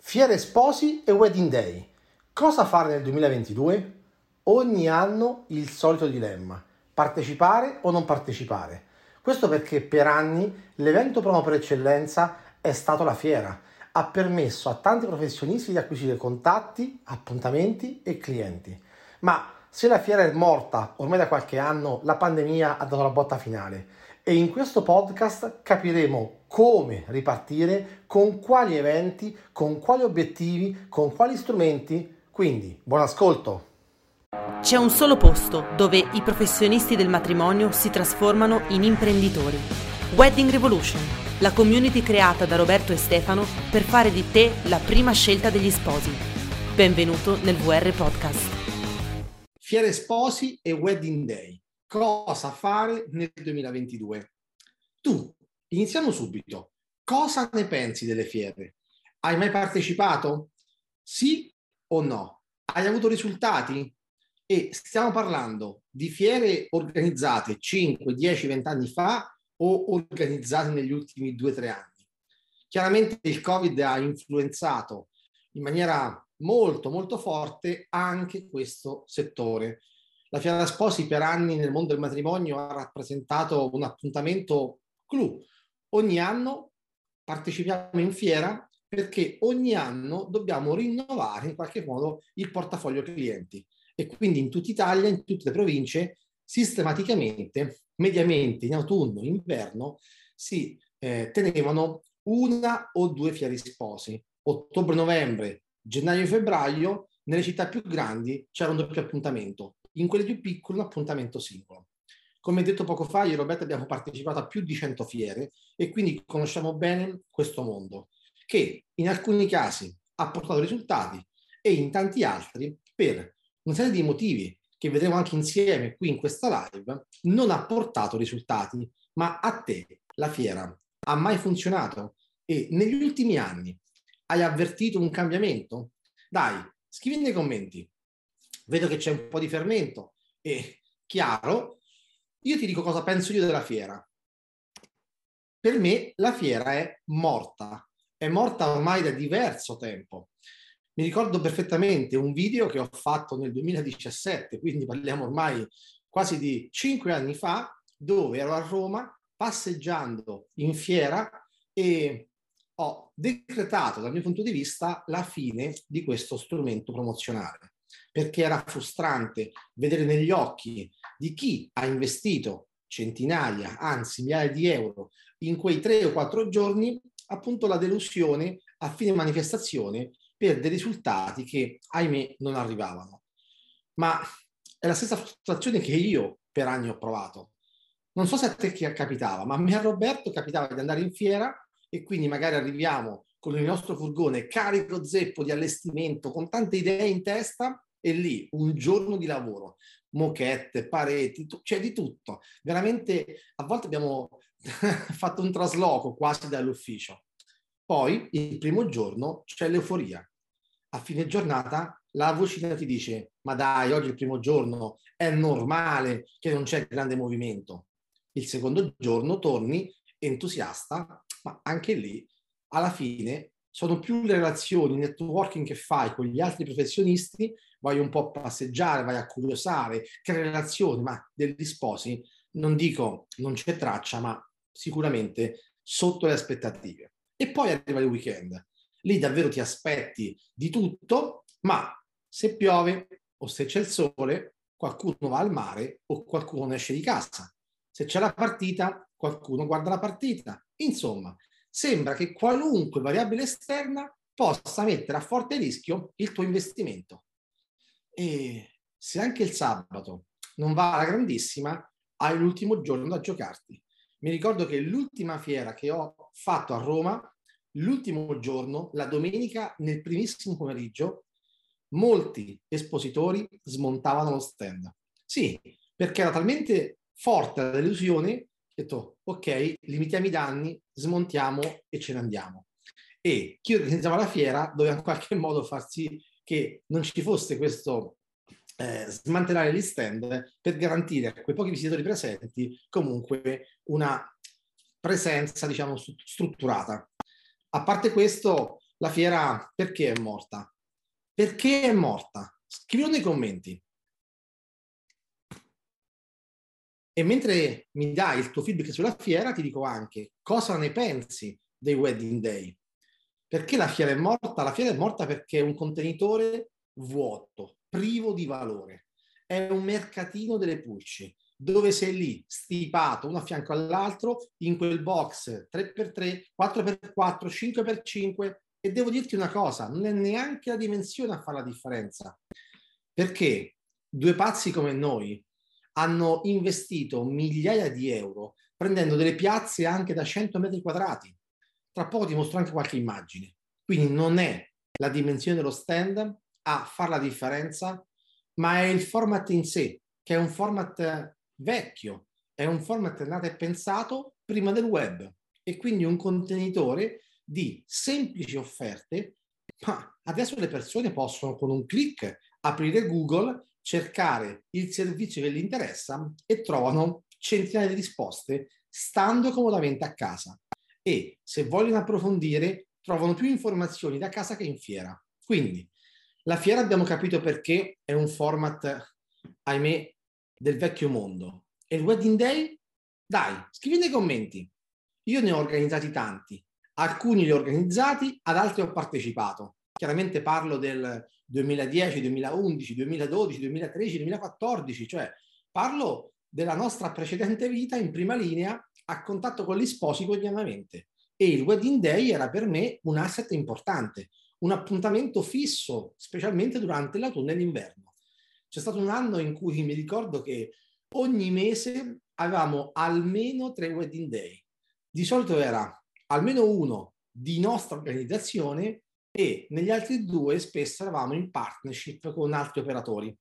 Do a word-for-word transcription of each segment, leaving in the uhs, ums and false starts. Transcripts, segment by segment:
Fiere sposi e wedding day. Cosa fare nel duemilaventidue? Ogni anno il solito dilemma: partecipare o non partecipare. Questo perché per anni l'evento promo per eccellenza è stato la fiera. Ha permesso a tanti professionisti di acquisire contatti, appuntamenti e clienti. Ma se la fiera è morta ormai da qualche anno, la pandemia ha dato la botta finale. E in questo podcast capiremo come ripartire, con quali eventi, con quali obiettivi, con quali strumenti. Quindi, buon ascolto! C'è un solo posto dove i professionisti del matrimonio si trasformano in imprenditori. Wedding Revolution, la community creata da Roberto e Stefano per fare di te la prima scelta degli sposi. Benvenuto nel V R Podcast. Fiere sposi e wedding day. Cosa fare nel duemilaventidue? Tu, iniziamo subito. Cosa ne pensi delle fiere? Hai mai partecipato? Sì o no? Hai avuto risultati? E stiamo parlando di fiere organizzate cinque, dieci, venti anni fa o organizzate negli ultimi due tre anni? Chiaramente il Covid ha influenzato in maniera molto molto forte anche questo settore. La Fiera Sposi per anni nel mondo del matrimonio ha rappresentato un appuntamento clou. Ogni anno partecipiamo in fiera perché ogni anno dobbiamo rinnovare in qualche modo il portafoglio clienti e quindi in tutta Italia, in tutte le province, sistematicamente, mediamente in autunno, in inverno, si eh, tenevano una o due fiere sposi. Ottobre-novembre, gennaio-febbraio, nelle città più grandi c'era un doppio appuntamento, in quelle più piccole un appuntamento singolo. Come detto poco fa, io e Roberto abbiamo partecipato a più di cento fiere e quindi conosciamo bene questo mondo, che in alcuni casi ha portato risultati e in tanti altri, per una serie di motivi che vedremo anche insieme qui in questa live, non ha portato risultati. Ma a te la fiera ha mai funzionato? E negli ultimi anni hai avvertito un cambiamento? Dai, scrivi nei commenti. Vedo che c'è un po' di fermento e chiaro, io ti dico cosa penso io della fiera. Per me la fiera è morta, è morta ormai da diverso tempo. Mi ricordo perfettamente un video che ho fatto nel duemiladiciassette, quindi parliamo ormai quasi di cinque anni fa, dove ero a Roma passeggiando in fiera e ho decretato dal mio punto di vista la fine di questo strumento promozionale, perché era frustrante vedere negli occhi di chi ha investito centinaia, anzi migliaia di euro in quei tre o quattro giorni, appunto la delusione a fine manifestazione per dei risultati che, ahimè, non arrivavano. Ma è la stessa frustrazione che io per anni ho provato. Non so se a te che capitava, ma a me e a Roberto capitava di andare in fiera e quindi magari arriviamo con il nostro furgone carico zeppo di allestimento, con tante idee in testa, e lì un giorno di lavoro, moquette, pareti, tu- c'è di tutto. Veramente a volte abbiamo fatto un trasloco quasi dall'ufficio. Poi il primo giorno c'è l'euforia. A fine giornata la vocina ti dice: ma dai, oggi è il primo giorno, è normale che non c'è grande movimento. Il secondo giorno torni entusiasta, ma anche lì alla fine sono più le relazioni, il networking che fai con gli altri professionisti, vai un po' a passeggiare, vai a curiosare, crei relazioni, ma degli sposi non dico non c'è traccia, ma sicuramente sotto le aspettative. E poi arriva il weekend. Lì davvero ti aspetti di tutto, ma se piove o se c'è il sole, qualcuno va al mare o qualcuno esce di casa. Se c'è la partita, qualcuno guarda la partita. Insomma, sembra che qualunque variabile esterna possa mettere a forte rischio il tuo investimento. E se anche il sabato non va alla grandissima, hai l'ultimo giorno da giocarti. Mi ricordo che l'ultima fiera che ho fatto a Roma, l'ultimo giorno, la domenica, nel primissimo pomeriggio, molti espositori smontavano lo stand. Sì, perché era talmente forte la delusione che ho detto, ok, limitiamo i danni, smontiamo e ce ne andiamo. E chi organizzava la fiera doveva in qualche modo far sì che non ci fosse questo eh, smantellare gli stand per garantire a quei pochi visitatori presenti comunque una presenza, diciamo, strutturata. A parte questo, la fiera perché è morta? Perché è morta? Scrivilo nei commenti. E mentre mi dai il tuo feedback sulla fiera, ti dico anche cosa ne pensi dei wedding day. Perché la fiera è morta? La fiera è morta perché è un contenitore vuoto, privo di valore. È un mercatino delle pulci, dove sei lì, stipato, uno a fianco all'altro, in quel box tre per tre, quattro per quattro, cinque per cinque. E devo dirti una cosa, non è neanche la dimensione a fare la differenza. Perché due pazzi come noi hanno investito migliaia di euro prendendo delle piazze anche da cento metri quadrati. Tra poco ti mostro anche qualche immagine. Quindi non è la dimensione dello stand a fare la differenza, ma è il format in sé, che è un format vecchio, è un format nato e pensato prima del web e quindi un contenitore di semplici offerte, ma adesso le persone possono con un click aprire Google, cercare il servizio che gli interessa e trovano centinaia di risposte stando comodamente a casa. E se vogliono approfondire trovano più informazioni da casa che in fiera. Quindi la fiera abbiamo capito perché è un format, ahimè, del vecchio mondo. E il wedding day? Dai, scrivi nei commenti. Io ne ho organizzati tanti. Alcuni li ho organizzati, ad altri ho partecipato. Chiaramente parlo del duemiladieci, duemilaundici, duemiladodici, duemilatredici, duemilaquattordici, cioè parlo della nostra precedente vita in prima linea a contatto con gli sposi quotidianamente. E il wedding day era per me un asset importante, un appuntamento fisso, specialmente durante l'autunno e l'inverno. C'è stato un anno in cui mi ricordo che ogni mese avevamo almeno tre wedding day. Di solito era almeno uno di nostra organizzazione e negli altri due spesso eravamo in partnership con altri operatori.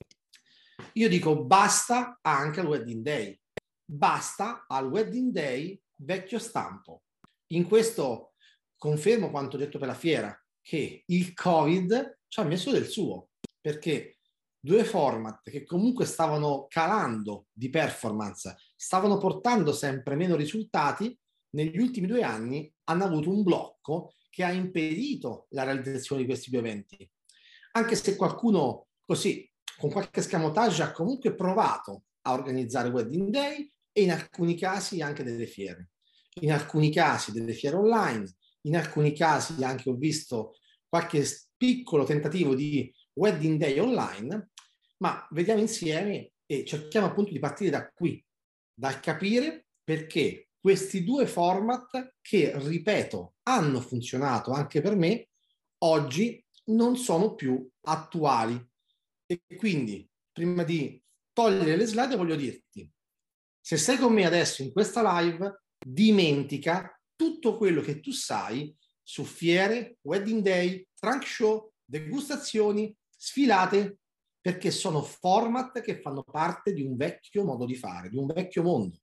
Io dico basta anche al wedding day, basta al wedding day vecchio stampo. In questo confermo quanto detto per la fiera, che il Covid ci ha messo del suo, perché due format che comunque stavano calando di performance, stavano portando sempre meno risultati, negli ultimi due anni hanno avuto un blocco che ha impedito la realizzazione di questi due eventi. Anche se qualcuno così, con qualche escamotage, ha comunque provato a organizzare wedding day e in alcuni casi anche delle fiere. In alcuni casi delle fiere online, in alcuni casi anche ho visto qualche piccolo tentativo di wedding day online, ma vediamo insieme e cerchiamo appunto di partire da qui, dal capire perché questi due format che, ripeto, hanno funzionato anche per me, oggi non sono più attuali. E quindi, prima di togliere le slide, voglio dirti, se sei con me adesso in questa live, dimentica tutto quello che tu sai su fiere, wedding day, trunk show, degustazioni, sfilate, perché sono format che fanno parte di un vecchio modo di fare, di un vecchio mondo.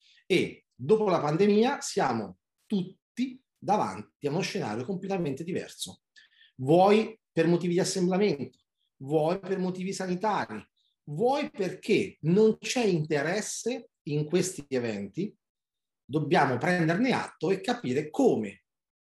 E dopo la pandemia siamo tutti davanti a uno scenario completamente diverso. Vuoi per motivi di assemblamento, vuoi per motivi sanitari, vuoi perché non c'è interesse in questi eventi, dobbiamo prenderne atto e capire come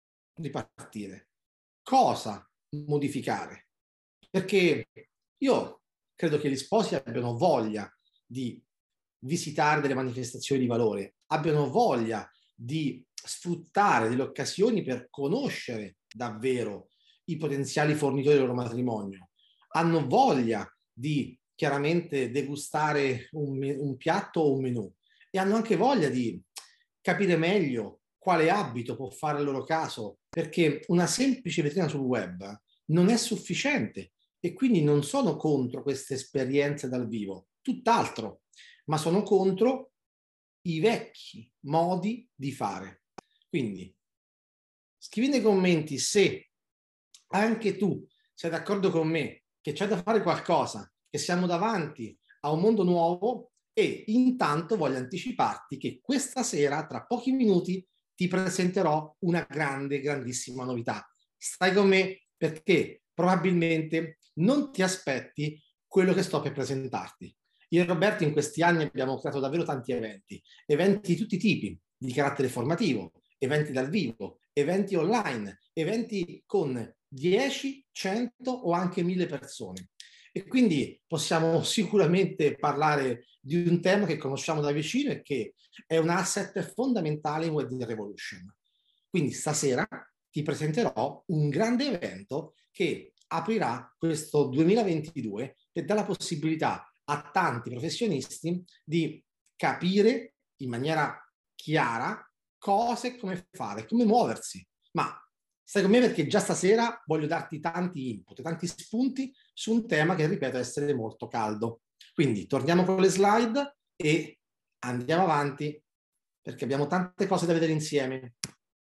ripartire, cosa modificare. Perché io credo che gli sposi abbiano voglia di visitare delle manifestazioni di valore, abbiano voglia di sfruttare delle occasioni per conoscere davvero i potenziali fornitori del loro matrimonio, hanno voglia di chiaramente degustare un, un piatto o un menù e hanno anche voglia di capire meglio quale abito può fare al loro caso, perché una semplice vetrina sul web non è sufficiente e quindi non sono contro queste esperienze dal vivo, tutt'altro, ma sono contro i vecchi modi di fare. Quindi scrivi nei commenti se anche tu sei d'accordo con me che c'è da fare qualcosa, che siamo davanti a un mondo nuovo e intanto voglio anticiparti che questa sera, tra pochi minuti, ti presenterò una grande, grandissima novità. Stai con me perché probabilmente non ti aspetti quello che sto per presentarti. Io e Roberto in questi anni abbiamo creato davvero tanti eventi, eventi di tutti i tipi, di carattere formativo, eventi dal vivo, eventi online, eventi con dieci, cento o anche mille persone. E quindi possiamo sicuramente parlare di un tema che conosciamo da vicino e che è un asset fondamentale in Wedding Revolution. Quindi stasera ti presenterò un grande evento che aprirà questo duemilaventidue e dà la possibilità a tanti professionisti di capire in maniera chiara cosa e come fare, come muoversi. Ma stai con me perché già stasera voglio darti tanti input, tanti spunti su un tema che, ripeto, essere molto caldo. Quindi torniamo con le slide e andiamo avanti perché abbiamo tante cose da vedere insieme.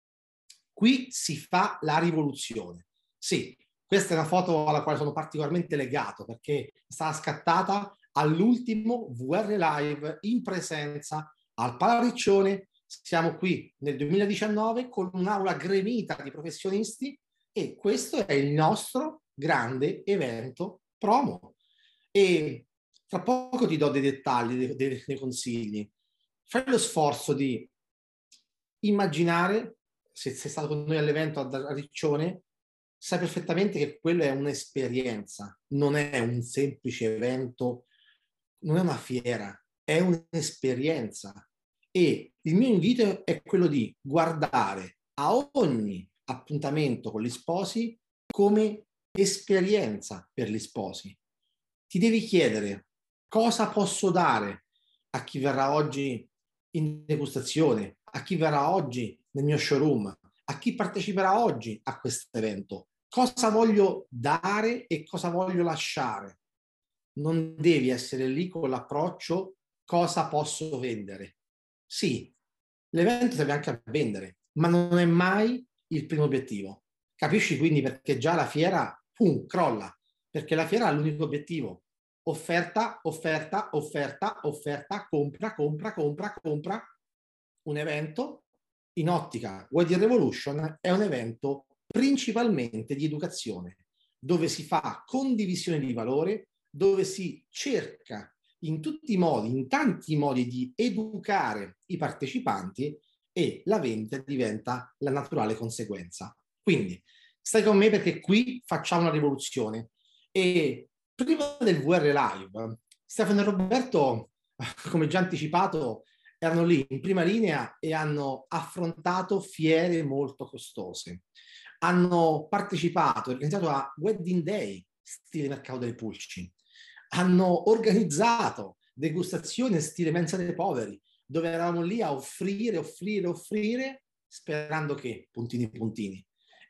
Qui si fa la rivoluzione. Sì, questa è una foto alla quale sono particolarmente legato perché è stata scattata all'ultimo V R Live in presenza al Palariccione. Siamo qui nel duemiladiciannove con un'aula gremita di professionisti e questo è il nostro grande evento promo. E tra poco ti do dei dettagli, dei, dei, dei consigli. Fai lo sforzo di immaginare, se sei stato con noi all'evento a Riccione, sai perfettamente che quello è un'esperienza, non è un semplice evento, non è una fiera, è un'esperienza. E il mio invito è quello di guardare a ogni appuntamento con gli sposi come esperienza per gli sposi. Ti devi chiedere cosa posso dare a chi verrà oggi in degustazione, a chi verrà oggi nel mio showroom, a chi parteciperà oggi a questo evento. Cosa voglio dare e cosa voglio lasciare. Non devi essere lì con l'approccio cosa posso vendere. Sì, l'evento serve anche a vendere, ma non è mai il primo obiettivo. Capisci quindi perché già la fiera, pum, crolla, perché la fiera ha l'unico obiettivo. Offerta, offerta, offerta, offerta, compra, compra, compra, compra. Un evento in ottica Wedding Revolution è un evento principalmente di educazione, dove si fa condivisione di valore, dove si cerca in tutti i modi, in tanti modi di educare i partecipanti e la vendita diventa la naturale conseguenza. Quindi stai con me perché qui facciamo una rivoluzione. E prima del V R Live, Stefano e Roberto, come già anticipato, erano lì in prima linea e hanno affrontato fiere molto costose. Hanno partecipato, organizzato a Wedding Day, stile Mercato delle Pulci. Hanno organizzato degustazioni stile Mensa dei Poveri, dove eravamo lì a offrire, offrire, offrire, sperando che, puntini, puntini.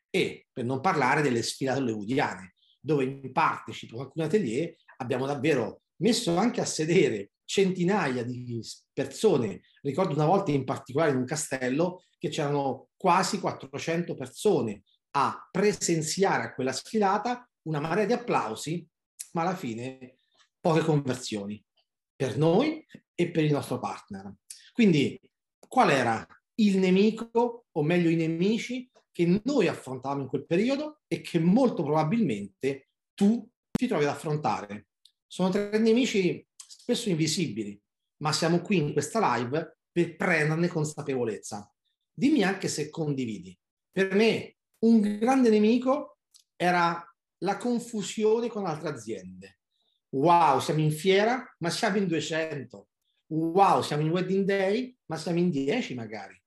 E per non parlare delle sfilate hollywoodiane, dove in partnership con alcuni atelier abbiamo davvero messo anche a sedere centinaia di persone. Ricordo una volta in particolare in un castello che c'erano quasi quattrocento persone a presenziare a quella sfilata, una marea di applausi, ma alla fine poche conversioni per noi e per il nostro partner. Quindi qual era il nemico, o meglio i nemici, che noi affrontavamo in quel periodo e che molto probabilmente tu ti trovi ad affrontare? Sono tre nemici spesso invisibili, ma siamo qui in questa live per prenderne consapevolezza. Dimmi anche se condividi. Per me un grande nemico era la confusione con altre aziende. Wow, siamo in fiera, ma siamo in duecento. Wow, siamo in Wedding Day, ma siamo in dieci magari.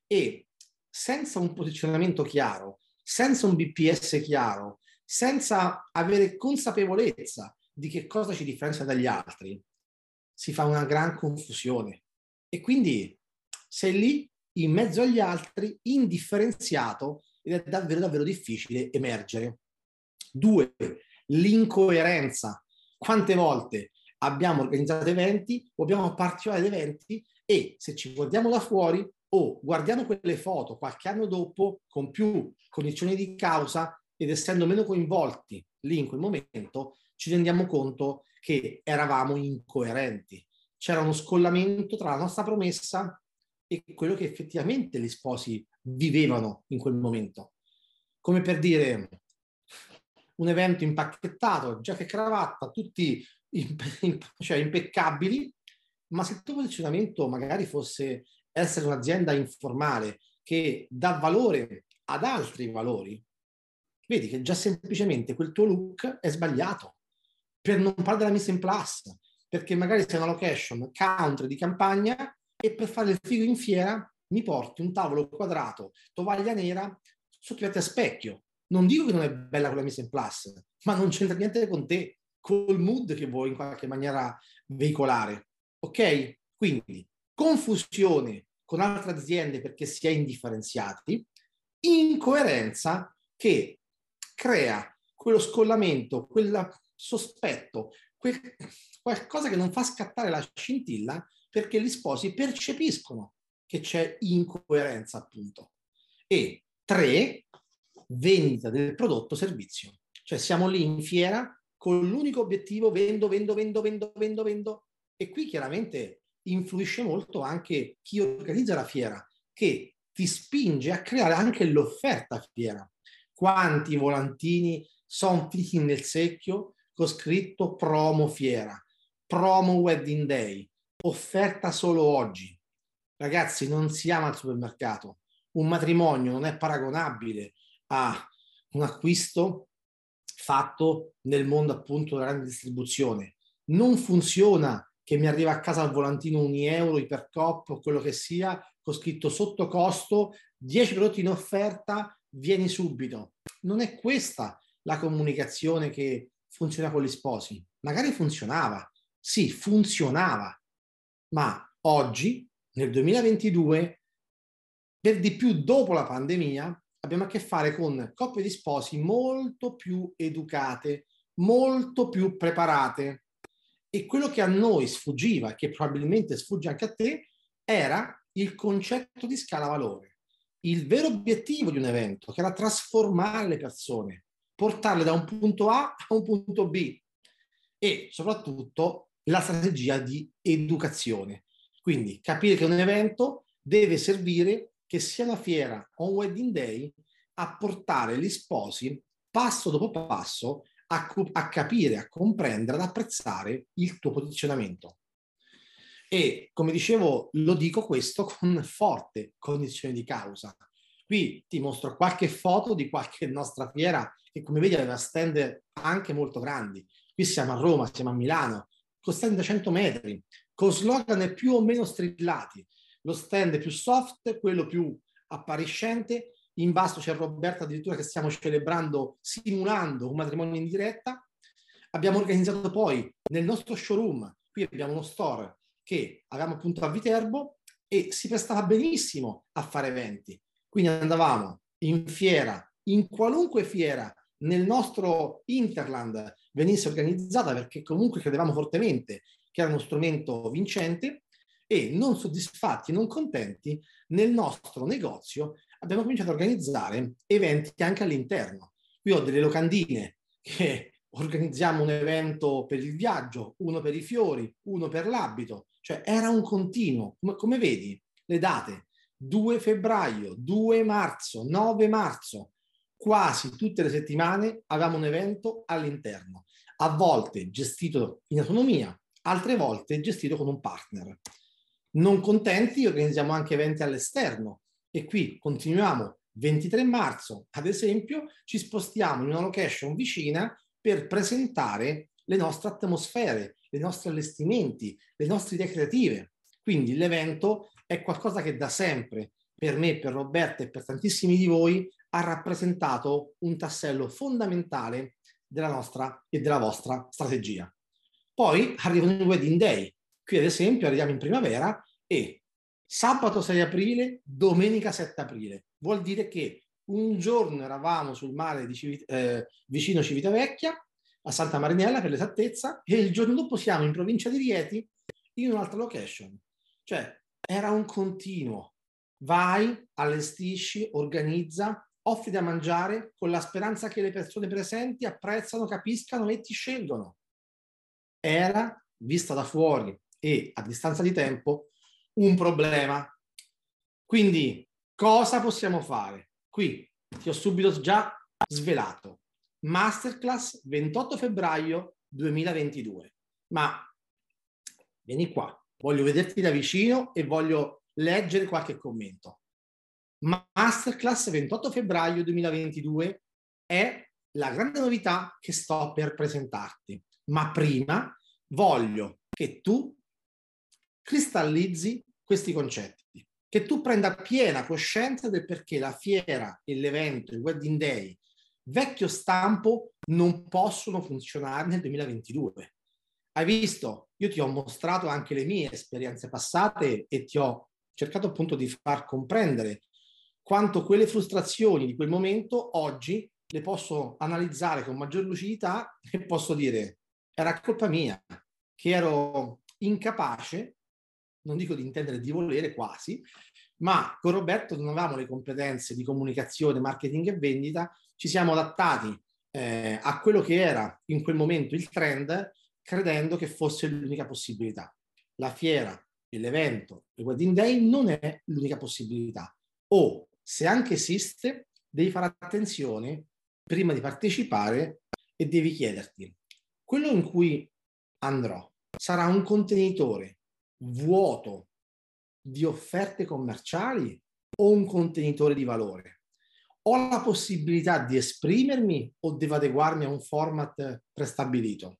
E senza un posizionamento chiaro, senza un B P S chiaro, senza avere consapevolezza di che cosa ci differenzia dagli altri, si fa una gran confusione. E quindi sei lì in mezzo agli altri, indifferenziato, ed è davvero davvero difficile emergere. Due, l'incoerenza. Quante volte abbiamo organizzato eventi o abbiamo partecipato ad eventi e se ci guardiamo da fuori o guardiamo quelle foto qualche anno dopo con più cognizione di causa ed essendo meno coinvolti lì in quel momento, ci rendiamo conto che eravamo incoerenti. C'era uno scollamento tra la nostra promessa e quello che effettivamente gli sposi vivevano in quel momento. Come per dire, un evento impacchettato, giacca e cravatta, tutti impe- imp- cioè impeccabili, ma se il tuo posizionamento magari fosse essere un'azienda informale che dà valore ad altri valori, vedi che già semplicemente quel tuo look è sbagliato. Per non parlare della mise en place, perché magari sei una location country di campagna e per fare il figo in fiera mi porti un tavolo quadrato, tovaglia nera, sottopiatti a specchio. Non dico che non è bella quella mise en place, ma non c'entra niente con te, col mood che vuoi in qualche maniera veicolare. Ok? Quindi confusione con altre aziende perché si è indifferenziati, incoerenza che crea quello scollamento, quel sospetto, quel, qualcosa che non fa scattare la scintilla perché gli sposi percepiscono che c'è incoerenza, appunto. E tre, vendita del prodotto servizio. Cioè siamo lì in fiera con l'unico obiettivo vendo, vendo, vendo, vendo, vendo, vendo. E qui chiaramente influisce molto anche chi organizza la fiera, che ti spinge a creare anche l'offerta fiera. Quanti volantini sono finiti nel secchio con scritto promo fiera, promo wedding day, offerta solo oggi. Ragazzi, non siamo al supermercato. Un matrimonio non è paragonabile a un acquisto fatto nel mondo appunto della grande distribuzione. Non funziona che mi arriva a casa al volantino un euro, ipercop o quello che sia, con scritto sotto costo, dieci prodotti in offerta, vieni subito. Non è questa la comunicazione che funziona con gli sposi. Magari funzionava, sì, funzionava, ma oggi, nel duemilaventidue, per di più dopo la pandemia, abbiamo a che fare con coppie di sposi molto più educate, molto più preparate. E quello che a noi sfuggiva, che probabilmente sfugge anche a te, era il concetto di scala valore. Il vero obiettivo di un evento, che era trasformare le persone, portarle da un punto A a un punto B e soprattutto la strategia di educazione. Quindi capire che un evento deve servire, che sia una fiera o un wedding day, a portare gli sposi passo dopo passo a, a capire, a comprendere, ad apprezzare il tuo posizionamento. E come dicevo, lo dico questo con forte cognizione di causa. Qui ti mostro qualche foto di qualche nostra fiera che, come vedi, aveva stand anche molto grandi. Qui siamo a Roma, siamo a Milano, con stand da cento metri, con slogan più o meno strillati. Lo stand più soft, quello più appariscente. In basso c'è Roberta addirittura che stiamo celebrando, simulando un matrimonio in diretta. Abbiamo organizzato poi nel nostro showroom, qui abbiamo uno store che avevamo appunto a Viterbo e si prestava benissimo a fare eventi. Quindi andavamo in fiera, in qualunque fiera nel nostro Interland venisse organizzata, perché comunque credevamo fortemente che era uno strumento vincente, e non soddisfatti, non contenti, nel nostro negozio abbiamo cominciato a organizzare eventi anche all'interno. Qui ho delle locandine che organizziamo un evento per il viaggio, uno per i fiori, uno per l'abito, cioè era un continuo. Come, come vedi, le date due febbraio, due marzo, nove marzo, quasi tutte le settimane avevamo un evento all'interno, a volte gestito in autonomia, altre volte gestito con un partner. Non contenti, organizziamo anche eventi all'esterno e qui continuiamo. ventitré marzo, ad esempio, ci spostiamo in una location vicina per presentare le nostre atmosfere, i nostri allestimenti, le nostre idee creative. Quindi l'evento è qualcosa che da sempre, per me, per Roberta e per tantissimi di voi, ha rappresentato un tassello fondamentale della nostra e della vostra strategia. Poi arrivano i wedding day. Qui ad esempio arriviamo in primavera e sabato sei aprile, domenica sette aprile. Vuol dire che un giorno eravamo sul mare di Civit- eh, vicino Civitavecchia, a Santa Marinella per l'esattezza, e il giorno dopo siamo in provincia di Rieti in un'altra location. Cioè era un continuo. Vai, allestisci, organizza, offri da mangiare con la speranza che le persone presenti apprezzano, capiscano e ti scelgono. Era, vista da fuori e a distanza di tempo, un problema. Quindi cosa possiamo fare? Qui ti ho subito già svelato. Masterclass ventotto febbraio duemilaventidue. Ma vieni qua, voglio vederti da vicino e voglio leggere qualche commento. Masterclass ventotto febbraio duemilaventidue è la grande novità che sto per presentarti. Ma prima voglio che tu cristallizzi questi concetti, che tu prenda piena coscienza del perché la fiera e l'evento, il Wedding Day, vecchio stampo, non possono funzionare nel duemilaventidue. Hai visto? Io ti ho mostrato anche le mie esperienze passate e ti ho cercato appunto di far comprendere quanto quelle frustrazioni di quel momento oggi le posso analizzare con maggior lucidità e posso dire era colpa mia, che ero incapace, non dico di intendere di volere quasi, ma con Roberto non avevamo le competenze di comunicazione, marketing e vendita, ci siamo adattati eh, a quello che era in quel momento il trend, credendo che fosse l'unica possibilità. La fiera, l'evento, il Wedding Day non è l'unica possibilità. O se anche esiste, devi fare attenzione prima di partecipare e devi chiederti, quello in cui andrò sarà un contenitore vuoto di offerte commerciali o un contenitore di valore? Ho la possibilità di esprimermi o devo adeguarmi a un format prestabilito?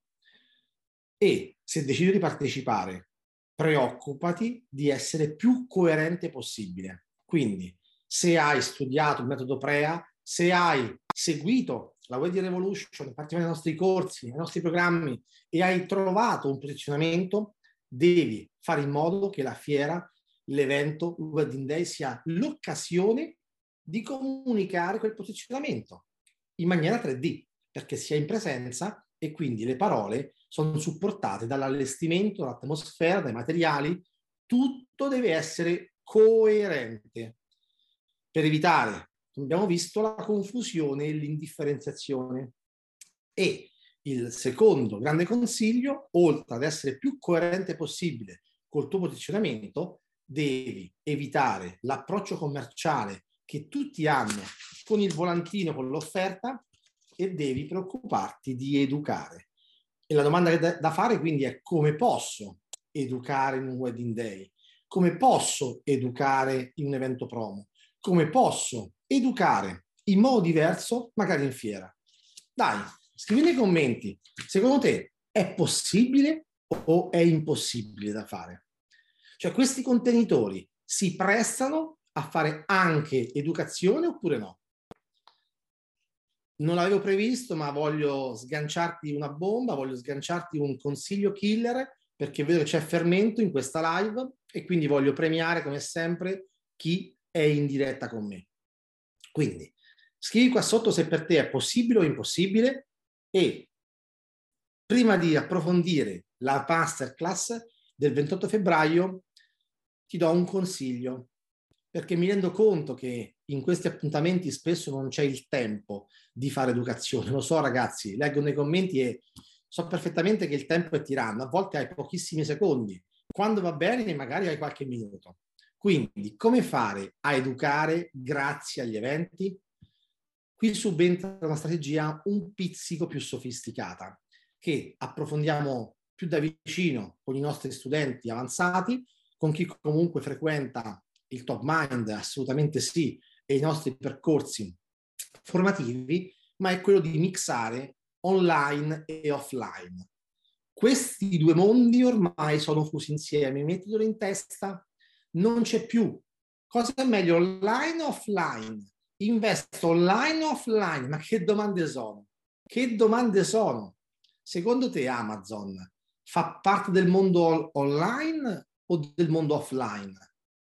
E se decido di partecipare, preoccupati di essere più coerente possibile. Quindi, se hai studiato il metodo P R E A, se hai seguito la Wedding Revolution, partecipato ai nostri corsi, ai nostri programmi e hai trovato un posizionamento, devi fare in modo che la fiera, l'evento, il Wedding Day sia l'occasione di comunicare quel posizionamento in maniera tre D, perché si è in presenza e quindi le parole sono supportate dall'allestimento, dall'atmosfera, dai materiali, tutto deve essere coerente per evitare, come abbiamo visto, la confusione e l'indifferenziazione. E il secondo grande consiglio, oltre ad essere più coerente possibile col tuo posizionamento, devi evitare l'approccio commerciale che tutti hanno con il volantino, con l'offerta, e devi preoccuparti di educare. E la domanda da, da fare quindi è: come posso educare in un Wedding Day? Come posso educare in un evento promo? Come posso educare in modo diverso magari in fiera? Dai, scrivi nei commenti, secondo te è possibile o è impossibile da fare? Cioè, questi contenitori si prestano a fare anche educazione oppure no? Non l'avevo previsto, ma voglio sganciarti una bomba, voglio sganciarti un consiglio killer, perché vedo che c'è fermento in questa live e quindi voglio premiare come sempre chi è in diretta con me. Quindi scrivi qua sotto se per te è possibile o impossibile, e prima di approfondire la masterclass del ventotto febbraio ti do un consiglio, perché mi rendo conto che in questi appuntamenti spesso non c'è il tempo di fare educazione. Lo so, ragazzi, leggo nei commenti e so perfettamente che il tempo è tiranno, a volte hai pochissimi secondi, quando va bene magari hai qualche minuto. Quindi, come fare a educare grazie agli eventi? Qui subentra una strategia un pizzico più sofisticata, che approfondiamo più da vicino con i nostri studenti avanzati, con chi comunque frequenta il Top Mind, assolutamente sì, e i nostri percorsi formativi, ma è quello di mixare online e offline. Questi due mondi ormai sono fusi insieme, mettitelo in testa, non c'è più. Cosa è meglio, online o offline? Investo online o offline? Ma che domande sono? Che domande sono? Secondo te Amazon fa parte del mondo online o del mondo offline?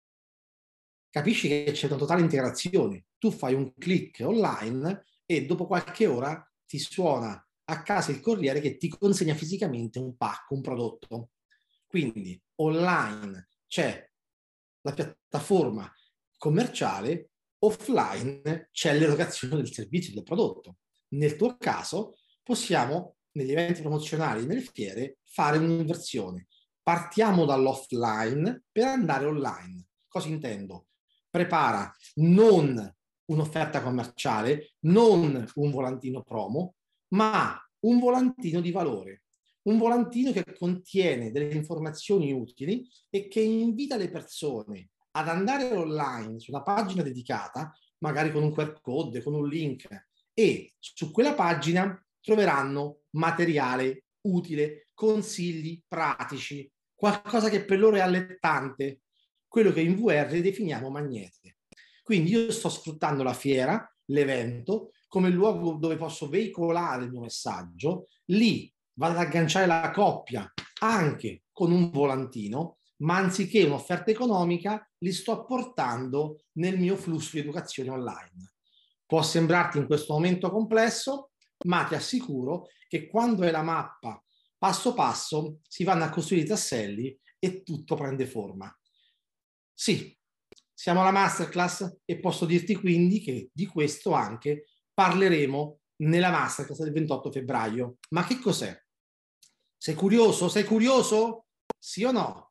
Capisci che c'è una totale integrazione. Tu fai un click online e dopo qualche ora ti suona a casa il corriere che ti consegna fisicamente un pacco, un prodotto. Quindi online c'è la piattaforma commerciale, offline c'è l'erogazione del servizio, del prodotto. Nel tuo caso possiamo, negli eventi promozionali e nelle fiere, fare un'inversione. Partiamo dall'offline per andare online. Cosa intendo? Prepara non un'offerta commerciale, non un volantino promo, ma un volantino di valore. Un volantino che contiene delle informazioni utili e che invita le persone ad andare online su una pagina dedicata, magari con un Q R code, con un link, e su quella pagina troveranno materiale utile, consigli pratici, qualcosa che per loro è allettante, quello che in V R definiamo magnete. Quindi io sto sfruttando la fiera, l'evento, come luogo dove posso veicolare il mio messaggio, lì vado ad agganciare la coppia anche con un volantino, ma anziché un'offerta economica li sto portando nel mio flusso di educazione online. Può sembrarti in questo momento complesso, ma ti assicuro che quando è la mappa passo passo si vanno a costruire i tasselli e tutto prende forma. Sì, siamo alla masterclass e posso dirti quindi che di questo anche parleremo nella masterclass del ventotto febbraio. Ma che cos'è? Sei curioso? Sei curioso? Sì o no?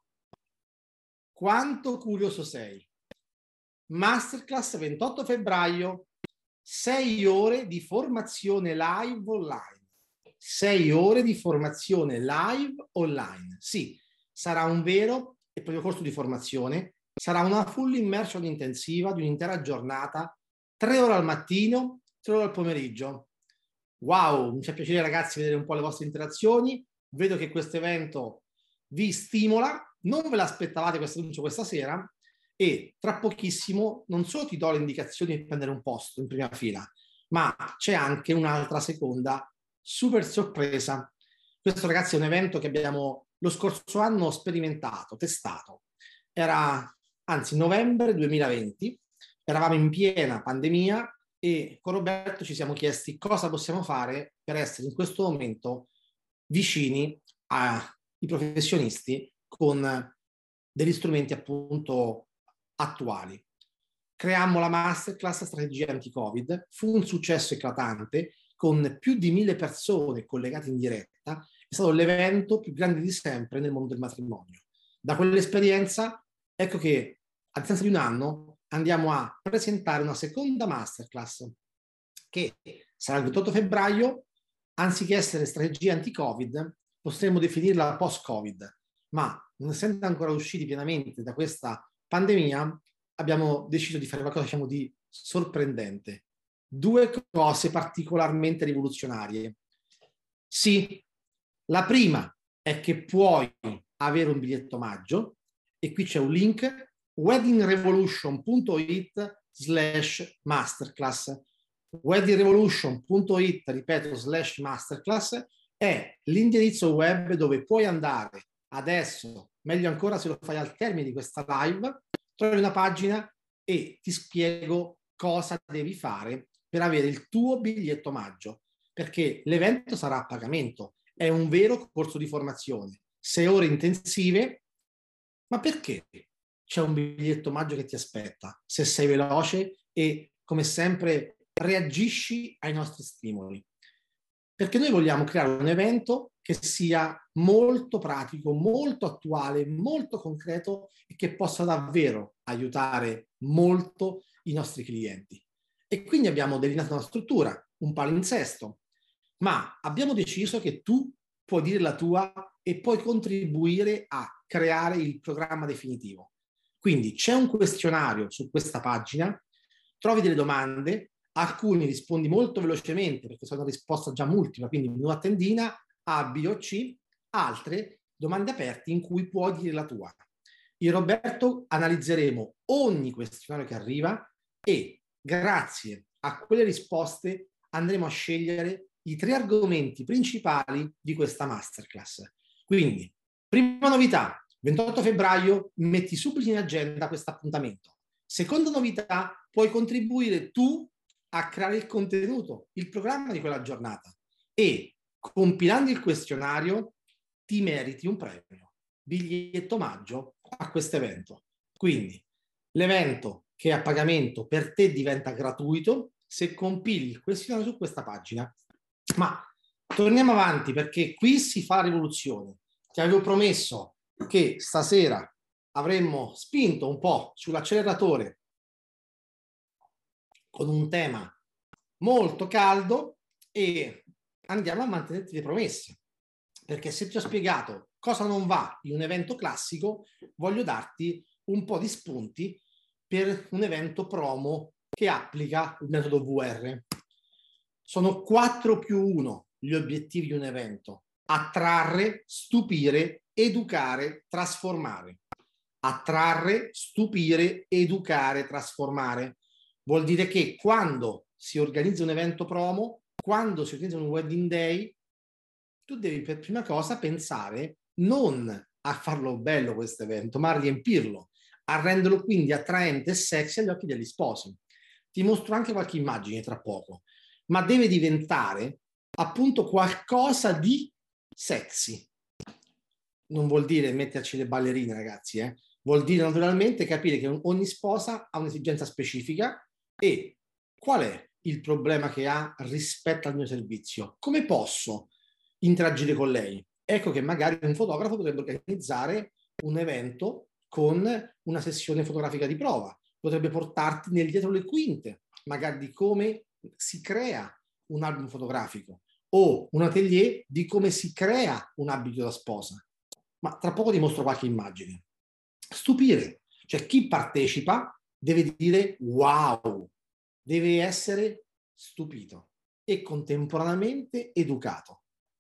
Quanto curioso sei? Masterclass ventotto febbraio, sei ore di formazione live online. sei ore di formazione live online. Sì, sarà un vero e proprio corso di formazione, sarà una full immersion intensiva di un'intera giornata, tre ore al mattino, tre ore al pomeriggio. Wow, mi fa piacere ragazzi vedere un po' le vostre interazioni, vedo che questo evento vi stimola, non ve l'aspettavate questo annuncio questa sera e tra pochissimo non solo ti do le indicazioni per prendere un posto in prima fila, ma c'è anche un'altra seconda super sorpresa. Questo ragazzi è un evento che abbiamo lo scorso anno sperimentato, testato. Era anzi novembre duemilaventi, eravamo in piena pandemia e con Roberto ci siamo chiesti cosa possiamo fare per essere in questo momento vicini ai professionisti con degli strumenti appunto attuali. Creammo la masterclass strategia anti-Covid, fu un successo eclatante con più di mille persone collegate in diretta, è stato l'evento più grande di sempre nel mondo del matrimonio. Da quell'esperienza, ecco che a distanza di un anno andiamo a presentare una seconda masterclass che sarà il ventotto febbraio, anziché essere strategia anti-Covid, potremmo definirla post-Covid, ma non essendo ancora usciti pienamente da questa pandemia, abbiamo deciso di fare qualcosa diciamo, di sorprendente. Due cose particolarmente rivoluzionarie. Sì, la prima è che puoi avere un biglietto omaggio e qui c'è un link weddingrevolution.it slash masterclass. weddingrevolution.it, ripeto, slash masterclass è l'indirizzo web dove puoi andare adesso, meglio ancora se lo fai al termine di questa live, trovi una pagina e ti spiego cosa devi fare per avere il tuo biglietto omaggio, perché l'evento sarà a pagamento, è un vero corso di formazione, sei ore intensive, ma perché c'è un biglietto omaggio che ti aspetta se sei veloce e come sempre reagisci ai nostri stimoli? Perché noi vogliamo creare un evento che sia molto pratico, molto attuale, molto concreto e che possa davvero aiutare molto i nostri clienti. E quindi abbiamo delineato una struttura, un palinsesto, ma abbiamo deciso che tu puoi dire la tua e puoi contribuire a creare il programma definitivo. Quindi c'è un questionario su questa pagina, trovi delle domande, alcuni rispondi molto velocemente perché sono una risposta già multipla, quindi una tendina A, B o C, altre domande aperte in cui puoi dire la tua. Io e Roberto analizzeremo ogni questionario che arriva e grazie a quelle risposte andremo a scegliere i tre argomenti principali di questa masterclass. Quindi, prima novità, ventotto febbraio, metti subito in agenda questo appuntamento. Seconda novità, puoi contribuire tu a creare il contenuto, il programma di quella giornata e compilando il questionario ti meriti un premio, biglietto omaggio a questo evento. Quindi l'evento che è a pagamento per te diventa gratuito se compili il questionario su questa pagina. Ma torniamo avanti perché qui si fa rivoluzione. Ti avevo promesso che stasera avremmo spinto un po' sull'acceleratore con un tema molto caldo e andiamo a mantenerti le promesse, perché se ti ho spiegato cosa non va in un evento classico, voglio darti un po' di spunti per un evento promo che applica il metodo V R. Sono quattro più uno gli obiettivi di un evento: attrarre, stupire, educare, trasformare. Attrarre, stupire, educare, trasformare. Vuol dire che quando si organizza un evento promo, quando si organizza un wedding day, tu devi per prima cosa pensare non a farlo bello questo evento, ma a riempirlo, a renderlo quindi attraente e sexy agli occhi degli sposi. Ti mostro anche qualche immagine tra poco, ma deve diventare appunto qualcosa di sexy. Non vuol dire metterci le ballerine, ragazzi, eh? Vuol dire naturalmente capire che ogni sposa ha un'esigenza specifica e qual è il problema che ha rispetto al mio servizio. Come posso interagire con lei? Ecco che magari un fotografo potrebbe organizzare un evento con una sessione fotografica di prova, potrebbe portarti nel dietro le quinte, magari di come si crea un album fotografico o un atelier di come si crea un abito da sposa. Ma tra poco ti mostro qualche immagine. Stupire, cioè chi partecipa deve dire wow, deve essere stupito e contemporaneamente educato.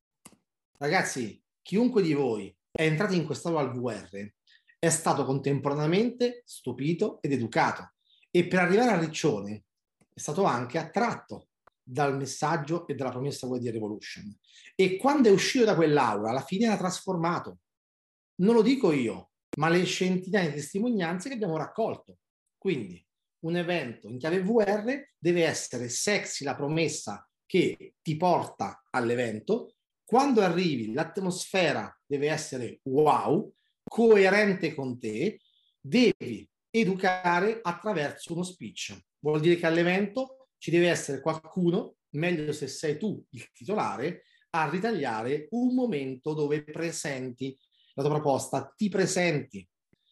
Ragazzi, chiunque di voi è entrato in quest'aula al V R è stato contemporaneamente stupito ed educato e per arrivare a Riccione è stato anche attratto dal messaggio e dalla promessa Wedding Revolution. E quando è uscito da quell'aula, alla fine era trasformato. Non lo dico io, ma le centinaia di testimonianze che abbiamo raccolto. Quindi un evento in chiave V R deve essere sexy, la promessa che ti porta all'evento. Quando arrivi, l'atmosfera deve essere wow, coerente con te, devi educare attraverso uno speech. Vuol dire che all'evento ci deve essere qualcuno, meglio se sei tu il titolare, a ritagliare un momento dove presenti la tua proposta, ti presenti.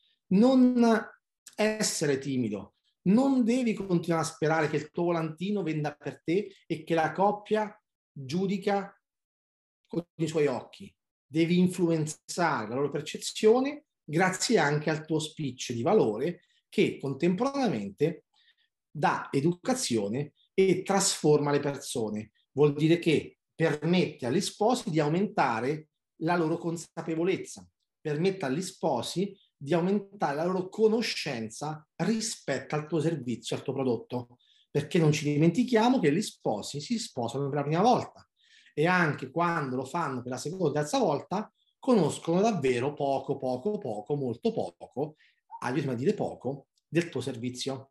Non essere timido, non devi continuare a sperare che il tuo volantino venda per te e che la coppia giudica con i suoi occhi. Devi influenzare la loro percezione grazie anche al tuo speech di valore che contemporaneamente dà educazione e trasforma le persone. Vuol dire che permette agli sposi di aumentare la loro consapevolezza, permette agli sposi di aumentare la loro conoscenza rispetto al tuo servizio, al tuo prodotto, perché non ci dimentichiamo che gli sposi si sposano per la prima volta e anche quando lo fanno per la seconda o terza volta conoscono davvero poco, poco, poco, molto poco, aiutami a dire poco, del tuo servizio.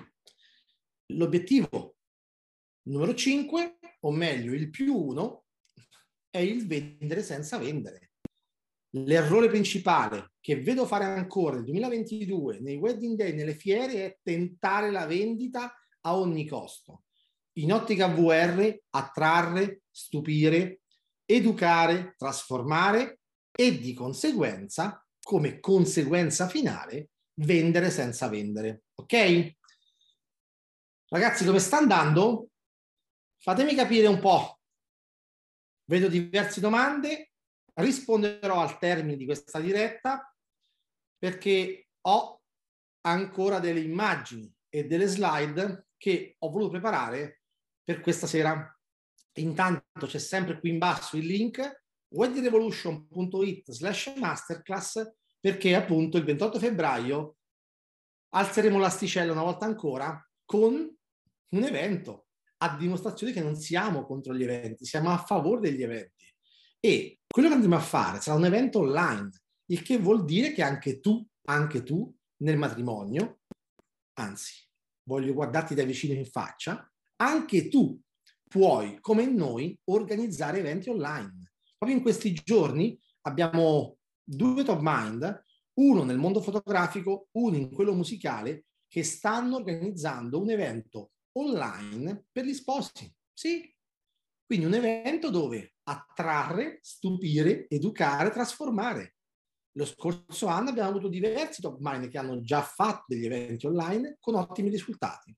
L'obiettivo numero cinque, o meglio il più uno, è il vendere senza vendere. L'errore principale che vedo fare ancora nel duemilaventidue nei wedding day, nelle fiere, è tentare la vendita a ogni costo. In ottica V R, attrarre, stupire, educare, trasformare e di conseguenza, come conseguenza finale, vendere senza vendere. Ok? Ragazzi, come sta andando? Fatemi capire un po'. Vedo diverse domande. Risponderò al termine di questa diretta perché ho ancora delle immagini e delle slide che ho voluto preparare per questa sera. Intanto c'è sempre qui in basso il link wedding revolution punto it slash masterclass, perché appunto il ventotto febbraio alzeremo l'asticella una volta ancora con un evento a dimostrazione che non siamo contro gli eventi, siamo a favore degli eventi. E quello che andremo a fare sarà un evento online, il che vuol dire che anche tu, anche tu nel matrimonio, anzi, voglio guardarti da vicino in faccia, anche tu puoi, come noi, organizzare eventi online. Proprio in questi giorni abbiamo due top mind, uno nel mondo fotografico, uno in quello musicale, che stanno organizzando un evento online per gli sposi. Sì, quindi un evento dove attrarre, stupire, educare, trasformare. Lo scorso anno abbiamo avuto diversi top mind che hanno già fatto degli eventi online con ottimi risultati.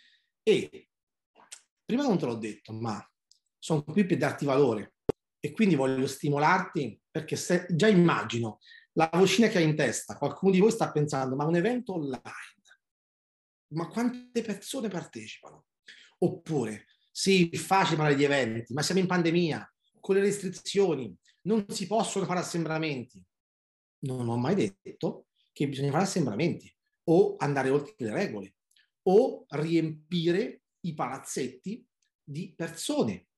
E prima non te l'ho detto, ma sono qui per darti valore e quindi voglio stimolarti, perché se, già immagino la vocina che ha in testa, qualcuno di voi sta pensando, ma un evento online, ma quante persone partecipano? Oppure, sì, è facile parlare di eventi, ma siamo in pandemia, con le restrizioni, non si possono fare assembramenti. Non ho mai detto che bisogna fare assembramenti o andare oltre le regole o riempire i palazzetti di persone.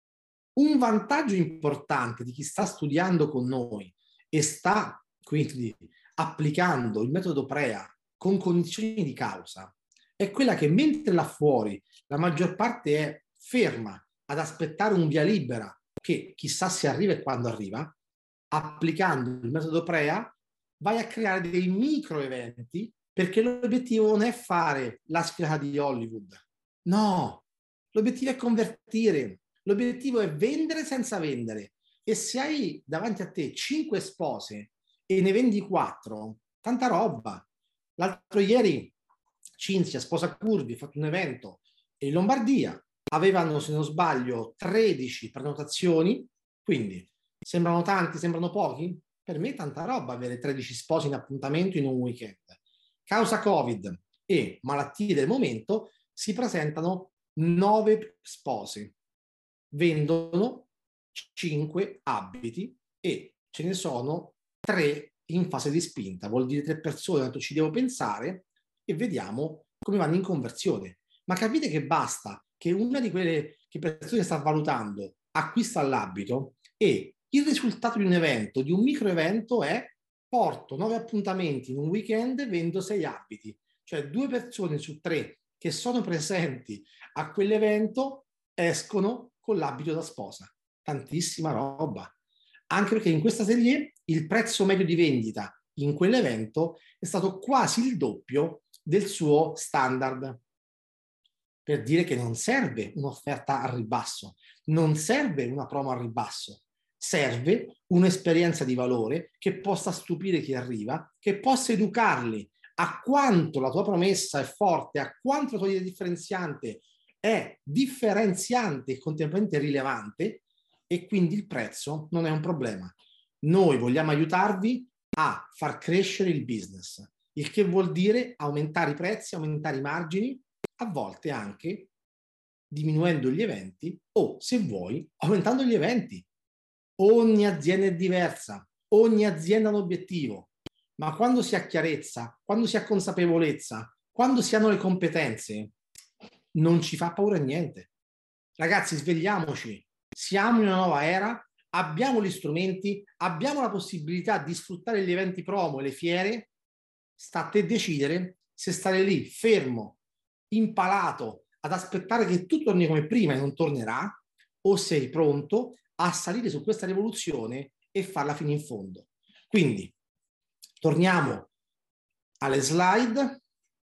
Un vantaggio importante di chi sta studiando con noi e sta quindi applicando il metodo P R E A con cognizione di causa è quella che mentre là fuori la maggior parte è ferma ad aspettare un via libera che chissà se arriva e quando arriva, applicando il metodo P R E A vai a creare dei micro eventi, perché l'obiettivo non è fare la sfilata di Hollywood, no, l'obiettivo è convertire, l'obiettivo è vendere senza vendere. E se hai davanti a te cinque spose e ne vendi quattro, tanta roba. L'altro ieri Cinzia, sposa Curvi, ha fatto un evento in Lombardia, avevano, se non sbaglio, tredici prenotazioni, quindi sembrano tanti, sembrano pochi? Per me è tanta roba avere tredici sposi in appuntamento in un weekend. Causa Covid e malattie del momento si presentano nove spose, vendono cinque abiti e ce ne sono tre in fase di spinta, vuol dire tre persone, tanto ci devo pensare e vediamo come vanno in conversione. Ma capite che basta che una di quelle che persone sta valutando acquista l'abito e il risultato di un evento, di un micro evento è porto nove appuntamenti in un weekend, vendo sei abiti, cioè due persone su tre che sono presenti a quell'evento escono con l'abito da sposa. Tantissima roba. Anche perché in questa serie il prezzo medio di vendita in quell'evento è stato quasi il doppio del suo standard. Per dire che non serve un'offerta al ribasso, non serve una promo al ribasso, serve un'esperienza di valore che possa stupire chi arriva, che possa educarli a quanto la tua promessa è forte, a quanto la tua idea differenziante è differenziante e contemporaneamente rilevante, e quindi il prezzo non è un problema. Noi vogliamo aiutarvi a far crescere il business, il che vuol dire aumentare i prezzi, aumentare i margini, a volte anche diminuendo gli eventi o, se vuoi, aumentando gli eventi. Ogni azienda è diversa, ogni azienda ha un obiettivo, ma quando si ha chiarezza, quando si ha consapevolezza, quando si hanno le competenze, non ci fa paura niente. Ragazzi, svegliamoci, siamo in una nuova era, abbiamo gli strumenti, abbiamo la possibilità di sfruttare gli eventi promo e le fiere, sta a te decidere se stare lì fermo, impalato ad aspettare che tutto torni come prima e non tornerà, o sei pronto a salire su questa rivoluzione e farla fino in fondo. Quindi torniamo alle slide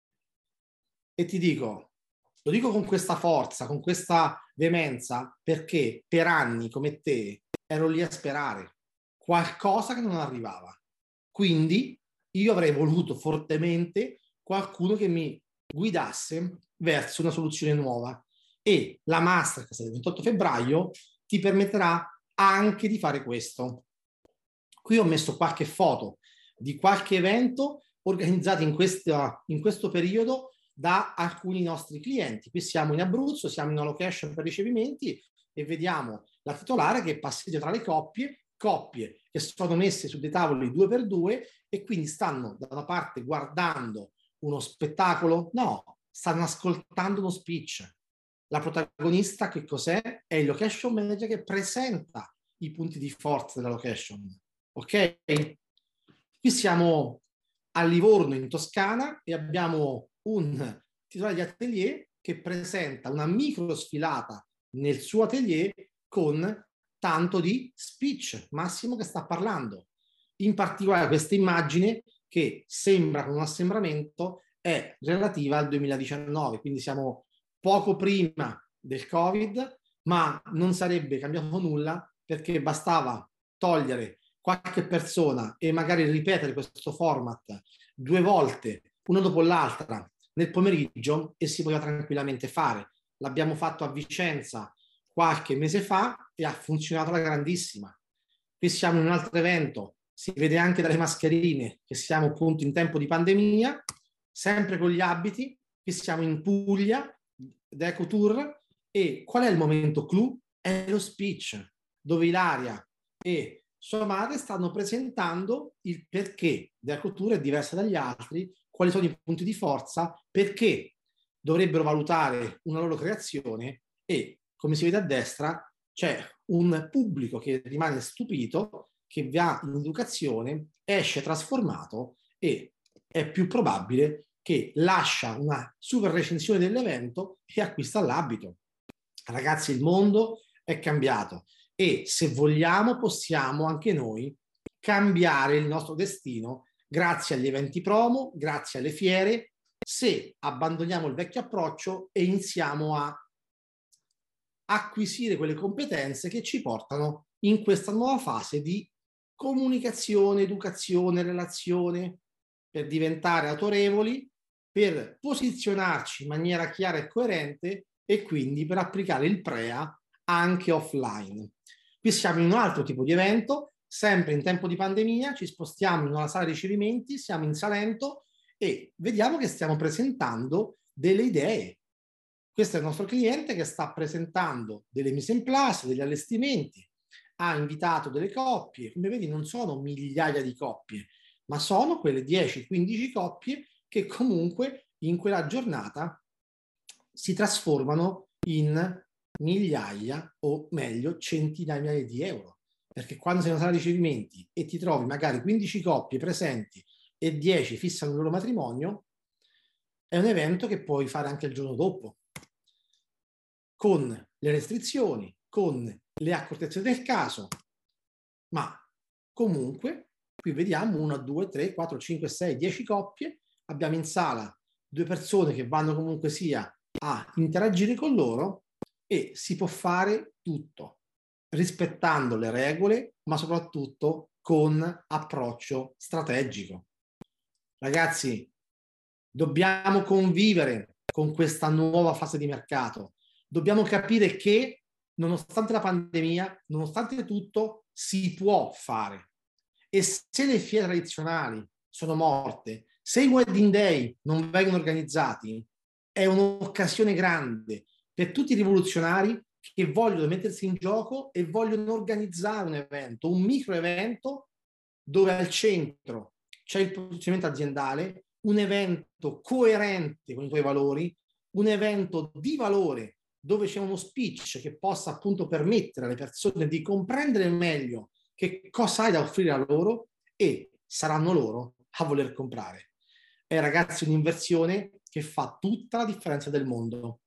e ti dico, lo dico con questa forza, con questa veemenza, perché per anni come te ero lì a sperare qualcosa che non arrivava. Quindi io avrei voluto fortemente qualcuno che mi guidasse verso una soluzione nuova, e la masterclass del ventotto febbraio ti permetterà anche di fare questo. Qui ho messo qualche foto di qualche evento organizzato in, questa, in questo periodo da alcuni nostri clienti. Qui siamo in Abruzzo, siamo in una location per ricevimenti e vediamo la titolare che passeggia tra le coppie, coppie che sono messe su dei tavoli due per due e quindi stanno da una parte guardando uno spettacolo, no, stanno ascoltando uno speech. La protagonista che cos'è? È il location manager che presenta i punti di forza della location. Ok? Qui siamo a Livorno in Toscana e abbiamo un titolare di atelier che presenta una micro sfilata nel suo atelier con tanto di speech, Massimo che sta parlando. In particolare questa immagine che sembra con un assembramento è relativa al duemiladiciannove, quindi siamo poco prima del Covid, ma non sarebbe cambiato nulla perché bastava togliere qualche persona e magari ripetere questo format due volte, una dopo l'altra, nel pomeriggio e si poteva tranquillamente fare. L'abbiamo fatto a Vicenza qualche mese fa e ha funzionato alla grandissima. Qui siamo in un altro evento, si vede anche dalle mascherine che siamo appunto in tempo di pandemia, sempre con gli abiti, che siamo in Puglia, Deco Tour, e qual è il momento clou? È lo speech, dove Ilaria e sua madre stanno presentando il perché Deco Tour è diversa dagli altri, quali sono i punti di forza, perché dovrebbero valutare una loro creazione e, come si vede a destra, c'è un pubblico che rimane stupito, che va in educazione, esce trasformato e è più probabile che lascia una super recensione dell'evento e acquista l'abito. Ragazzi, il mondo è cambiato e se vogliamo possiamo anche noi cambiare il nostro destino grazie agli eventi promo, grazie alle fiere, se abbandoniamo il vecchio approccio e iniziamo a acquisire quelle competenze che ci portano in questa nuova fase di comunicazione, educazione, relazione, per diventare autorevoli, per posizionarci in maniera chiara e coerente e quindi per applicare il P R E A anche offline. Qui siamo in un altro tipo di evento, sempre in tempo di pandemia, ci spostiamo in una sala di ricevimenti, siamo in Salento e vediamo che stiamo presentando delle idee. Questo è il nostro cliente che sta presentando delle mise en place, degli allestimenti, ha invitato delle coppie, come vedi non sono migliaia di coppie, ma sono quelle dieci quindici coppie che comunque in quella giornata si trasformano in migliaia o meglio centinaia di euro. Perché quando sei in una sala di ricevimenti e ti trovi magari quindici coppie presenti e dieci fissano il loro matrimonio, è un evento che puoi fare anche il giorno dopo, con le restrizioni, con le accortezze del caso, ma comunque qui vediamo uno, due, tre, quattro, cinque, sei, dieci coppie, abbiamo in sala due persone che vanno comunque sia a interagire con loro e si può fare tutto, rispettando le regole, ma soprattutto con approccio strategico. Ragazzi, dobbiamo convivere con questa nuova fase di mercato. Dobbiamo capire che, nonostante la pandemia, nonostante tutto, si può fare. E se le fiere tradizionali sono morte, se i wedding day non vengono organizzati, è un'occasione grande per tutti i rivoluzionari che vogliono mettersi in gioco e vogliono organizzare un evento, un micro evento dove al centro c'è il posizionamento aziendale, un evento coerente con i tuoi valori, un evento di valore dove c'è uno speech che possa appunto permettere alle persone di comprendere meglio che cosa hai da offrire a loro e saranno loro a voler comprare. È, ragazzi, un'inversione che fa tutta la differenza del mondo.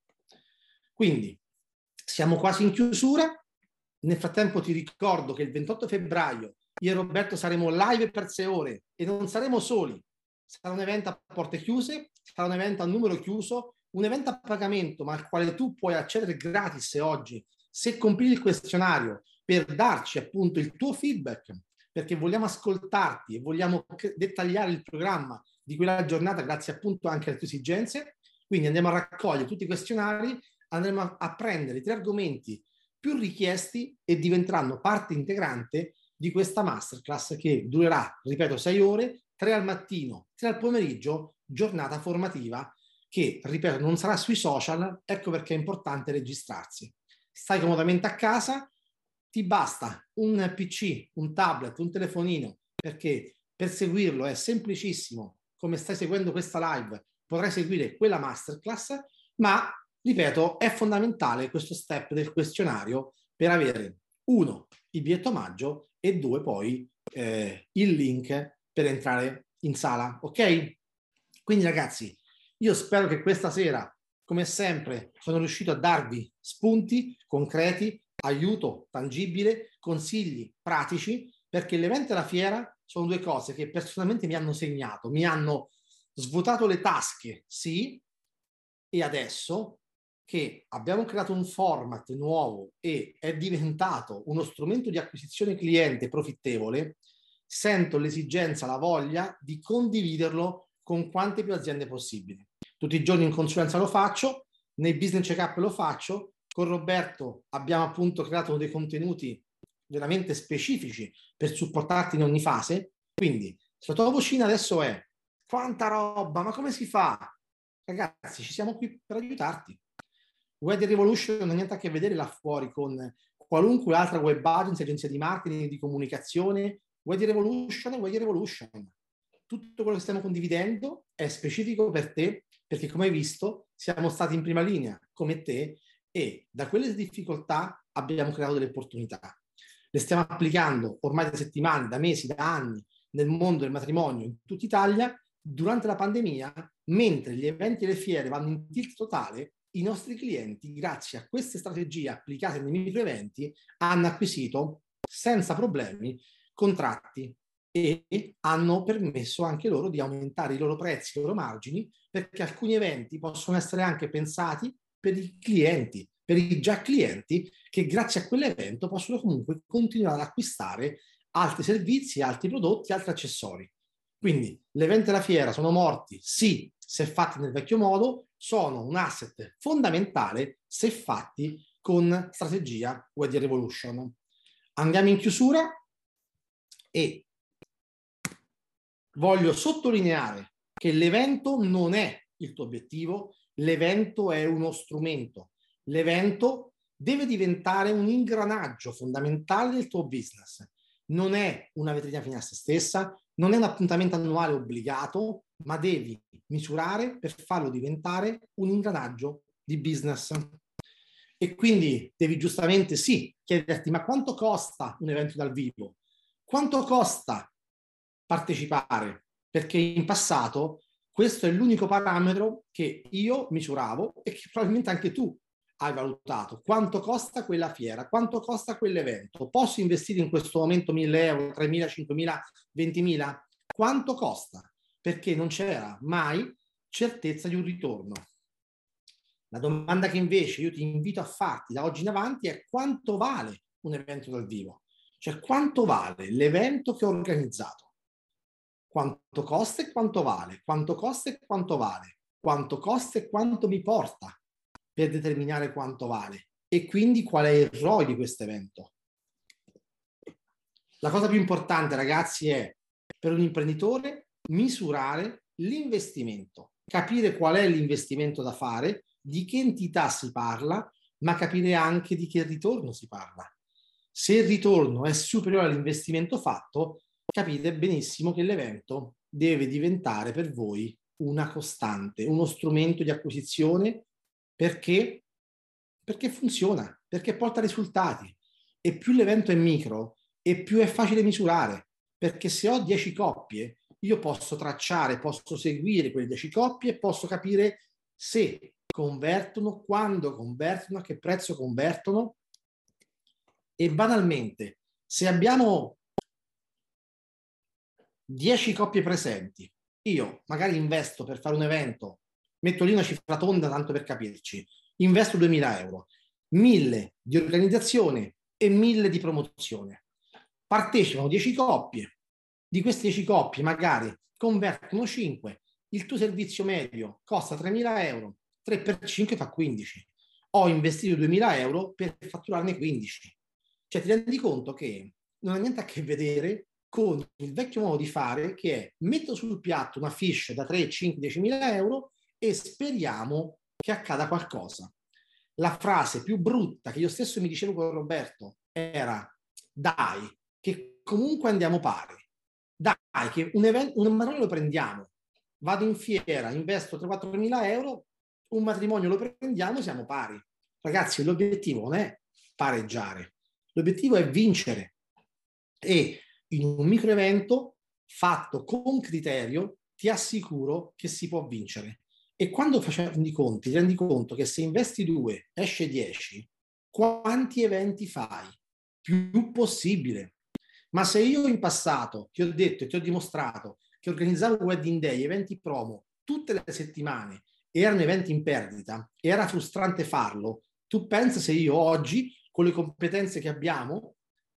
Quindi siamo quasi in chiusura. Nel frattempo ti ricordo che il ventotto febbraio io e Roberto saremo live per sei ore e non saremo soli. Sarà un evento a porte chiuse, sarà un evento a numero chiuso, un evento a pagamento ma al quale tu puoi accedere gratis oggi se completi il questionario per darci appunto il tuo feedback, perché vogliamo ascoltarti e vogliamo dettagliare il programma di quella giornata grazie appunto anche alle tue esigenze. Quindi andiamo a raccogliere tutti i questionari, andremo a, a prendere i tre argomenti più richiesti e diventeranno parte integrante di questa masterclass che durerà, ripeto, sei ore, tre al mattino, tre al pomeriggio, giornata formativa che, ripeto, non sarà sui social, ecco perché è importante registrarsi. Stai comodamente a casa, ti basta un P C, un tablet, un telefonino, perché per seguirlo è semplicissimo, come stai seguendo questa live, potrai seguire quella masterclass, ma, ripeto, è fondamentale questo step del questionario per avere, uno, il biglietto omaggio e due, poi eh, il link per entrare in sala, ok? Quindi ragazzi, io spero che questa sera, come sempre, sono riuscito a darvi spunti concreti, aiuto tangibile, consigli pratici, perché l'evento e la fiera sono due cose che personalmente mi hanno segnato, mi hanno svuotato le tasche, sì, e adesso che abbiamo creato un format nuovo e è diventato uno strumento di acquisizione cliente profittevole, sento l'esigenza, la voglia di condividerlo con quante più aziende possibili. Tutti i giorni in consulenza lo faccio, nei business check-up lo faccio, con Roberto abbiamo appunto creato dei contenuti veramente specifici per supportarti in ogni fase. Quindi la tua vocina adesso è: quanta roba, ma come si fa? Ragazzi, ci siamo qui per aiutarti. Wedding Revolution non ha niente a che vedere là fuori con qualunque altra web agency, agenzia di marketing, di comunicazione. Wedding Revolution è Wedding Revolution. Tutto quello che stiamo condividendo è specifico per te, perché come hai visto siamo stati in prima linea come te e da quelle difficoltà abbiamo creato delle opportunità. Le stiamo applicando ormai da settimane, da mesi, da anni nel mondo del matrimonio in tutta Italia durante la pandemia, mentre gli eventi e le fiere vanno in tilt totale. I nostri clienti, grazie a queste strategie applicate nei micro eventi, hanno acquisito senza problemi contratti e hanno permesso anche loro di aumentare i loro prezzi, i loro margini, perché alcuni eventi possono essere anche pensati per i clienti, per i già clienti che grazie a quell'evento possono comunque continuare ad acquistare altri servizi, altri prodotti, altri accessori. Quindi l'evento e la fiera sono morti, sì, se fatti nel vecchio modo, sono un asset fondamentale se fatti con strategia Wedding Revolution. Andiamo in chiusura e voglio sottolineare che l'evento non è il tuo obiettivo, l'evento è uno strumento. L'evento deve diventare un ingranaggio fondamentale del tuo business. Non è una vetrina fine a se stessa, non è un appuntamento annuale obbligato, ma devi misurare per farlo diventare un ingranaggio di business. E quindi devi giustamente sì chiederti: ma quanto costa un evento dal vivo? Quanto costa partecipare? Perché in passato questo è l'unico parametro che io misuravo e che probabilmente anche tu hai valutato. Quanto costa quella fiera? Quanto costa quell'evento? Posso investire in questo momento mille euro, tremila, cinquemila, ventimila? Quanto costa? Perché non c'era mai certezza di un ritorno. La domanda che invece io ti invito a farti da oggi in avanti è: quanto vale un evento dal vivo? Cioè, quanto vale l'evento che ho organizzato? Quanto costa e quanto vale? Quanto costa e quanto vale? Quanto costa e quanto mi porta per determinare quanto vale? E quindi qual è il R O I di questo evento? La cosa più importante, ragazzi, è per un imprenditore misurare l'investimento, capire qual è l'investimento da fare, di che entità si parla, ma capire anche di che ritorno si parla. Se il ritorno è superiore all'investimento fatto, capite benissimo che l'evento deve diventare per voi una costante, uno strumento di acquisizione. Perché? Perché funziona, perché porta risultati. E più l'evento è micro, e più è facile misurare. Perché se ho dieci coppie, io posso tracciare, posso seguire quelle dieci coppie e posso capire se convertono, quando convertono, a che prezzo convertono. E banalmente, se abbiamo dieci coppie presenti, io magari investo per fare un evento, metto lì una cifra tonda tanto per capirci, investo duemila euro, mille di organizzazione e mille di promozione. Partecipano dieci coppie, di queste dieci coppie magari convertono cinque, il tuo servizio medio costa tremila euro, tre per cinque fa quindici. Ho investito duemila euro per fatturarne quindici. Cioè ti rendi conto che non ha niente a che vedere con il vecchio modo di fare, che è: metto sul piatto una fiche da tre, cinque, diecimila euro e speriamo che accada qualcosa. La frase più brutta che io stesso mi dicevo con Roberto era: dai, che comunque andiamo pari. Dai, che un evento, un matrimonio lo prendiamo. Vado in fiera, investo tre quattro mila euro, un matrimonio lo prendiamo, siamo pari. Ragazzi, l'obiettivo non è pareggiare, l'obiettivo è vincere. E in un micro evento fatto con criterio ti assicuro che si può vincere. E quando facendo i conti ti rendi conto che se investi due esce dieci, quanti eventi fai? Più possibile. Ma se io in passato ti ho detto e ti ho dimostrato che organizzavo wedding day, eventi promo tutte le settimane, erano eventi in perdita e era frustrante farlo, tu pensa se io oggi con le competenze che abbiamo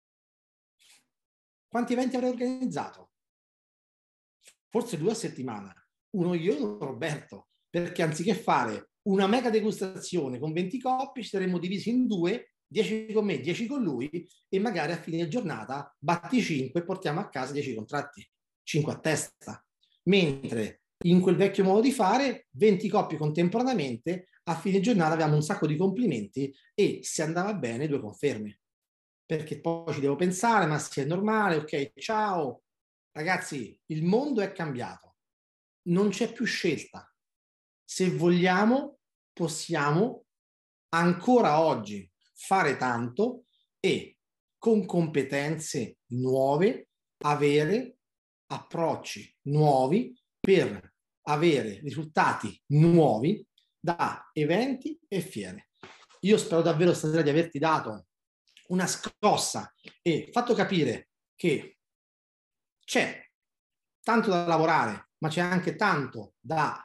quanti eventi avrei organizzato? Forse due a settimana, uno io e uno Roberto, perché anziché fare una mega degustazione con venti coppie ci saremmo divisi in due dieci con me, dieci con lui, e magari a fine giornata batti cinque e portiamo a casa dieci contratti, cinque a testa. Mentre in quel vecchio modo di fare, venti coppie contemporaneamente, a fine giornata avevamo un sacco di complimenti e, se andava bene, due conferme. Perché poi ci devo pensare, ma se è normale, ok, ciao. Ragazzi, il mondo è cambiato, non c'è più scelta. Se vogliamo, possiamo ancora oggi fare tanto e con competenze nuove avere approcci nuovi per avere risultati nuovi da eventi e fiere. Io spero davvero stasera di averti dato una scossa e fatto capire che c'è tanto da lavorare, ma c'è anche tanto da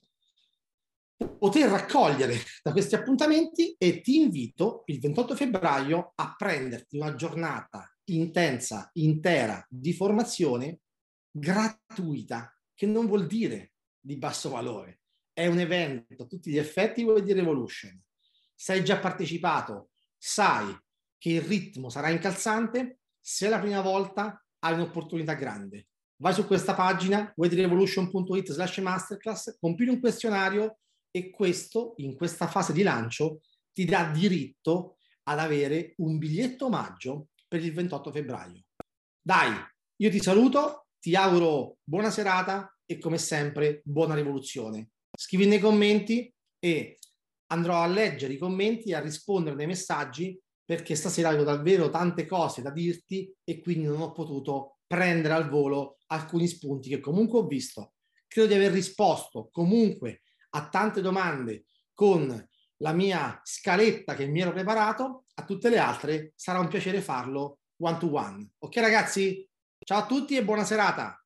poter raccogliere da questi appuntamenti, e ti invito il ventotto febbraio a prenderti una giornata intensa, intera di formazione gratuita, che non vuol dire di basso valore, è un evento a tutti gli effetti Wedding Revolution. Se hai già partecipato, sai che il ritmo sarà incalzante. Se è la prima volta, hai un'opportunità grande. Vai su questa pagina wedding revolution punto it slash masterclass, compili un questionario e questo, in questa fase di lancio, ti dà diritto ad avere un biglietto omaggio per il ventotto febbraio. Dai, io ti saluto, ti auguro buona serata e come sempre buona rivoluzione. Scrivi nei commenti e andrò a leggere i commenti e a rispondere nei messaggi, perché stasera avevo davvero tante cose da dirti e quindi non ho potuto prendere al volo alcuni spunti che comunque ho visto. Credo di aver risposto comunque a tante domande con la mia scaletta che mi ero preparato. A tutte le altre sarà un piacere farlo one to one. Ok ragazzi? Ciao a tutti e buona serata!